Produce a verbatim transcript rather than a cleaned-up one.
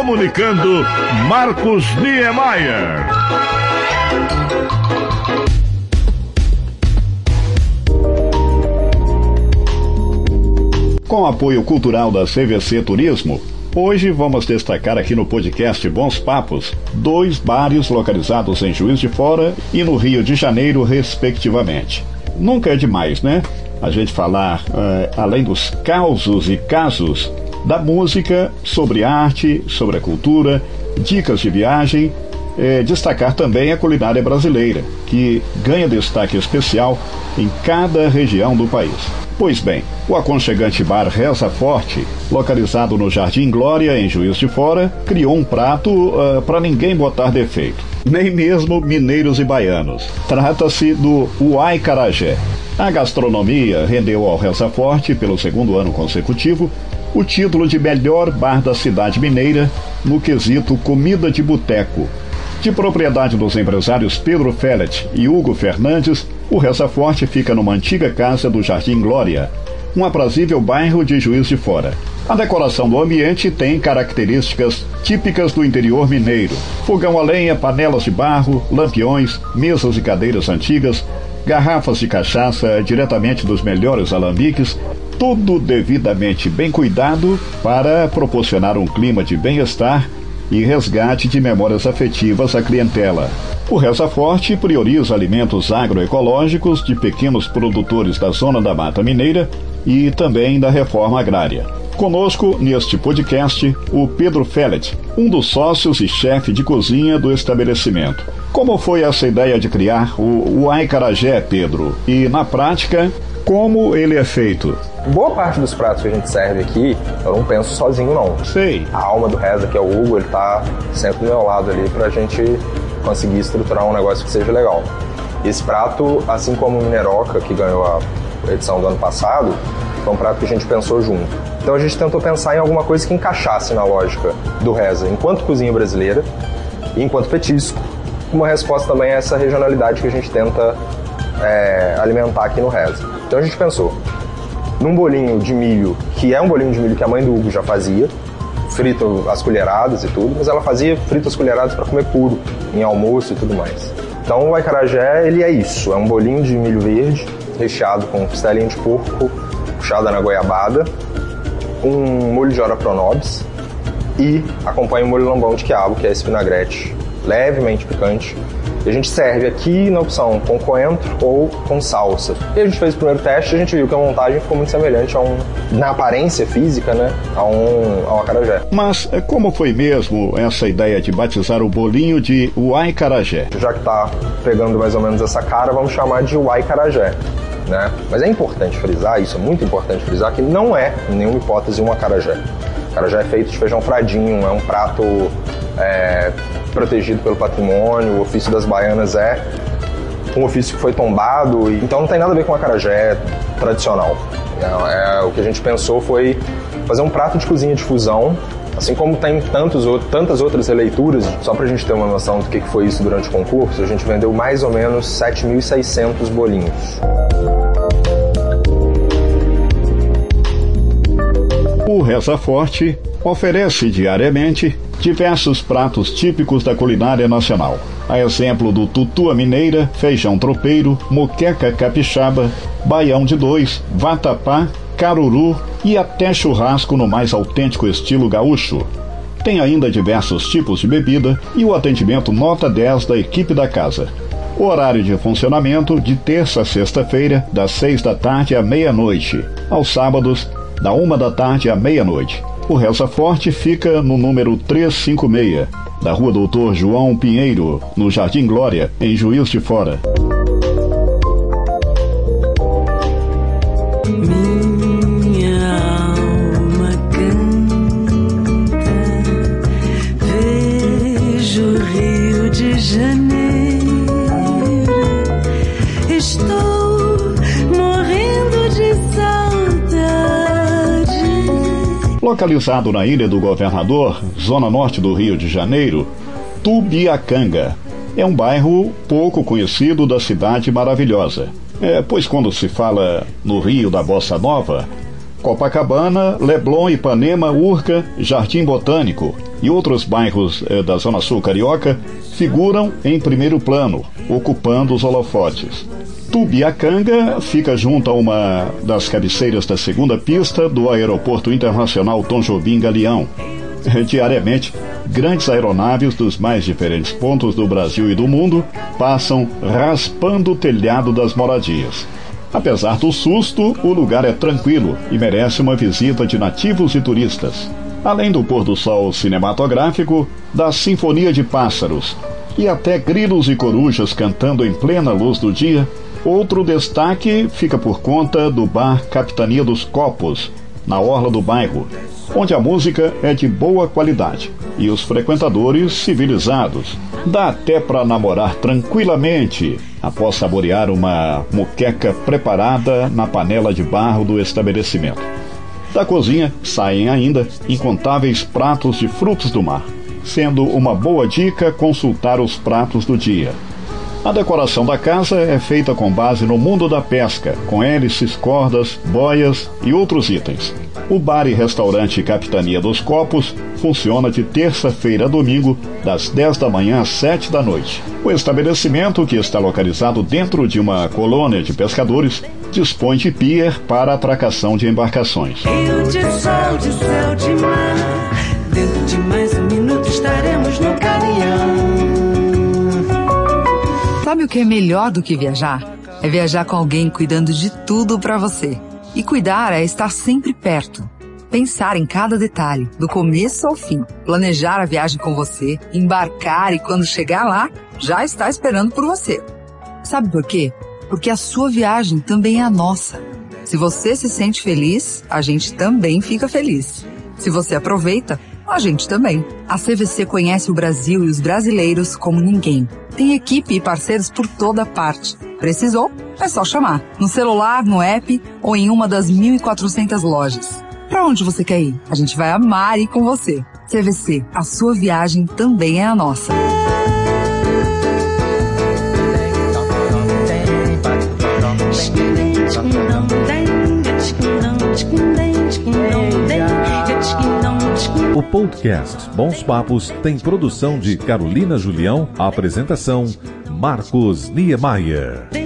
comunicando Marcos Niemeyer. Com apoio cultural da C V C Turismo, hoje vamos destacar aqui no podcast Bons Papos dois bares localizados em Juiz de Fora e no Rio de Janeiro, respectivamente. Nunca é demais, né? A gente falar, uh, além dos causos e casos da música, sobre arte, sobre a cultura, dicas de viagem, eh, destacar também a culinária brasileira, que ganha destaque especial em cada região do país. Pois bem, o aconchegante bar Reza Forte, localizado no Jardim Glória, em Juiz de Fora, criou um prato uh, para ninguém botar defeito, nem mesmo mineiros e baianos. Trata-se do Uai Carajé. A gastronomia rendeu ao Reza Forte, pelo segundo ano consecutivo, o título de melhor bar da cidade mineira no quesito comida de boteco. De propriedade dos empresários Pedro Fellet e Hugo Fernandes, o Reza Forte fica numa antiga casa do Jardim Glória, um aprazível bairro de Juiz de Fora. A decoração do ambiente tem características típicas do interior mineiro: fogão a lenha, panelas de barro, lampiões, mesas e cadeiras antigas, garrafas de cachaça diretamente dos melhores alambiques, tudo devidamente bem cuidado para proporcionar um clima de bem-estar e resgate de memórias afetivas à clientela. O Reza Forte prioriza alimentos agroecológicos de pequenos produtores da zona da Mata Mineira e também da reforma agrária. Conosco, neste podcast, o Pedro Fellet, um dos sócios e chefe de cozinha do estabelecimento. Como foi essa ideia de criar o Uai Carajé, Pedro? E, na prática, como ele é feito? Boa parte dos pratos que a gente serve aqui, eu não penso sozinho, não. Sei. A alma do Reza, que é o Hugo, ele tá sempre do meu lado ali pra gente conseguir estruturar um negócio que seja legal. Esse prato, assim como o Mineroca, que ganhou a edição do ano passado, foi um prato que a gente pensou junto. Então a gente tentou pensar em alguma coisa que encaixasse na lógica do Reza, enquanto cozinha brasileira e enquanto petisco. Uma resposta também a essa regionalidade que a gente tenta é, alimentar aqui no Reza. Então a gente pensou num bolinho de milho, que é um bolinho de milho que a mãe do Hugo já fazia, frito as colheradas e tudo, mas ela fazia frito as colheradas para comer puro, em almoço e tudo mais. Então o acarajé, ele é isso, é um bolinho de milho verde, recheado com costelinha de porco, puxada na goiabada, um molho de ora pronobis e acompanha o molho lambão de quiabo, que é esse vinagrete levemente picante. E a gente serve aqui na opção com coentro ou com salsa. E a gente fez o primeiro teste e a gente viu que a montagem ficou muito semelhante a um, na aparência física, né, a um, a um acarajé. Mas como foi mesmo essa ideia de batizar o bolinho de Uai Carajé? Já que tá pegando mais ou menos essa cara, vamos chamar de Uai Carajé, né? Mas é importante frisar, isso é muito importante frisar, que não é, em nenhuma hipótese, um acarajé. O acarajé é feito de feijão fradinho, é um prato é, protegido pelo patrimônio. O ofício das baianas é um ofício que foi tombado, então não tem nada a ver com acarajé tradicional. É, é, o que a gente pensou foi fazer um prato de cozinha de fusão, assim como tem tantos, tantas outras releituras. Só pra gente ter uma noção do que foi isso durante o concurso, a gente vendeu mais ou menos sete mil e seiscentos bolinhos. O Reza Forte oferece diariamente diversos pratos típicos da culinária nacional, a exemplo do tutua mineira, feijão tropeiro, moqueca capixaba, baião de dois, vatapá, caruru e até churrasco no mais autêntico estilo gaúcho. Tem ainda diversos tipos de bebida e o atendimento nota dez da equipe da casa. O horário de funcionamento de terça a sexta-feira, das seis da tarde à meia-noite, aos sábados, da uma da tarde à meia-noite. O Reza Forte fica no número trezentos e cinquenta e seis, da Rua Doutor João Pinheiro, no Jardim Glória, em Juiz de Fora. Minha alma canta, vejo o Rio de Janeiro, estou morrendo de saudade. Localizado na Ilha do Governador, zona norte do Rio de Janeiro, Tubiacanga é um bairro pouco conhecido da cidade maravilhosa. É, pois quando se fala no Rio da Bossa Nova, Copacabana, Leblon, Ipanema, Urca, Jardim Botânico e outros bairros eh, da Zona Sul carioca figuram em primeiro plano, ocupando os holofotes. Tubiacanga fica junto a uma das cabeceiras da segunda pista do Aeroporto Internacional Tom Jobim Galeão. Diariamente, grandes aeronaves dos mais diferentes pontos do Brasil e do mundo passam raspando o telhado das moradias. Apesar do susto, o lugar é tranquilo e merece uma visita de nativos e turistas. Além do pôr do sol cinematográfico, da sinfonia de pássaros e até grilos e corujas cantando em plena luz do dia, outro destaque fica por conta do bar Capitania dos Copos, na orla do bairro, onde a música é de boa qualidade e os frequentadores civilizados. Dá até para namorar tranquilamente após saborear uma moqueca preparada na panela de barro do estabelecimento. Da cozinha saem ainda incontáveis pratos de frutos do mar, sendo uma boa dica consultar os pratos do dia. A decoração da casa é feita com base no mundo da pesca, com hélices, cordas, boias e outros itens. O bar e restaurante Capitania dos Copos funciona de terça-feira a domingo, das dez da manhã às sete da noite. O estabelecimento, que está localizado dentro de uma colônia de pescadores, dispõe de pier para atracação de embarcações. Rio de sol, de céu, de mar. Dentro de mais um minuto estaremos no Galeão. Sabe o que é melhor do que viajar? É viajar com alguém cuidando de tudo pra você. E cuidar é estar sempre perto. Pensar em cada detalhe, do começo ao fim. Planejar a viagem com você, embarcar e quando chegar lá, já está esperando por você. Sabe por quê? Porque a sua viagem também é a nossa. Se você se sente feliz, a gente também fica feliz. Se você aproveita, a gente também. A C V C conhece o Brasil e os brasileiros como ninguém. Tem equipe e parceiros por toda parte. Precisou? É só chamar. No celular, no app ou em uma das mil e quatrocentas lojas. Para onde você quer ir? A gente vai amar ir com você. C V C, a sua viagem também é a nossa. O podcast Bons Papos tem produção de Carolina Julião, apresentação Marcos Niemeyer.